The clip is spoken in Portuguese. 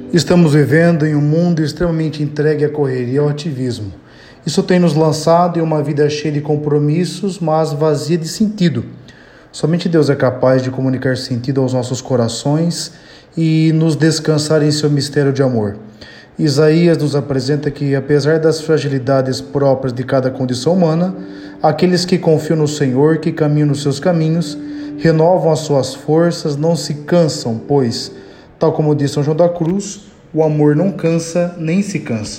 Estamos vivendo em um mundo extremamente entregue à correria e ao ativismo. Isso tem nos lançado em uma vida cheia de compromissos, mas vazia de sentido. Somente Deus é capaz de comunicar sentido aos nossos corações e nos descansar em seu mistério de amor. Isaías nos apresenta que, apesar das fragilidades próprias de cada condição humana, aqueles que confiam no Senhor, que caminham nos seus caminhos, renovam as suas forças, não se cansam, pois, tal como diz São João da Cruz, o amor não cansa nem se cansa.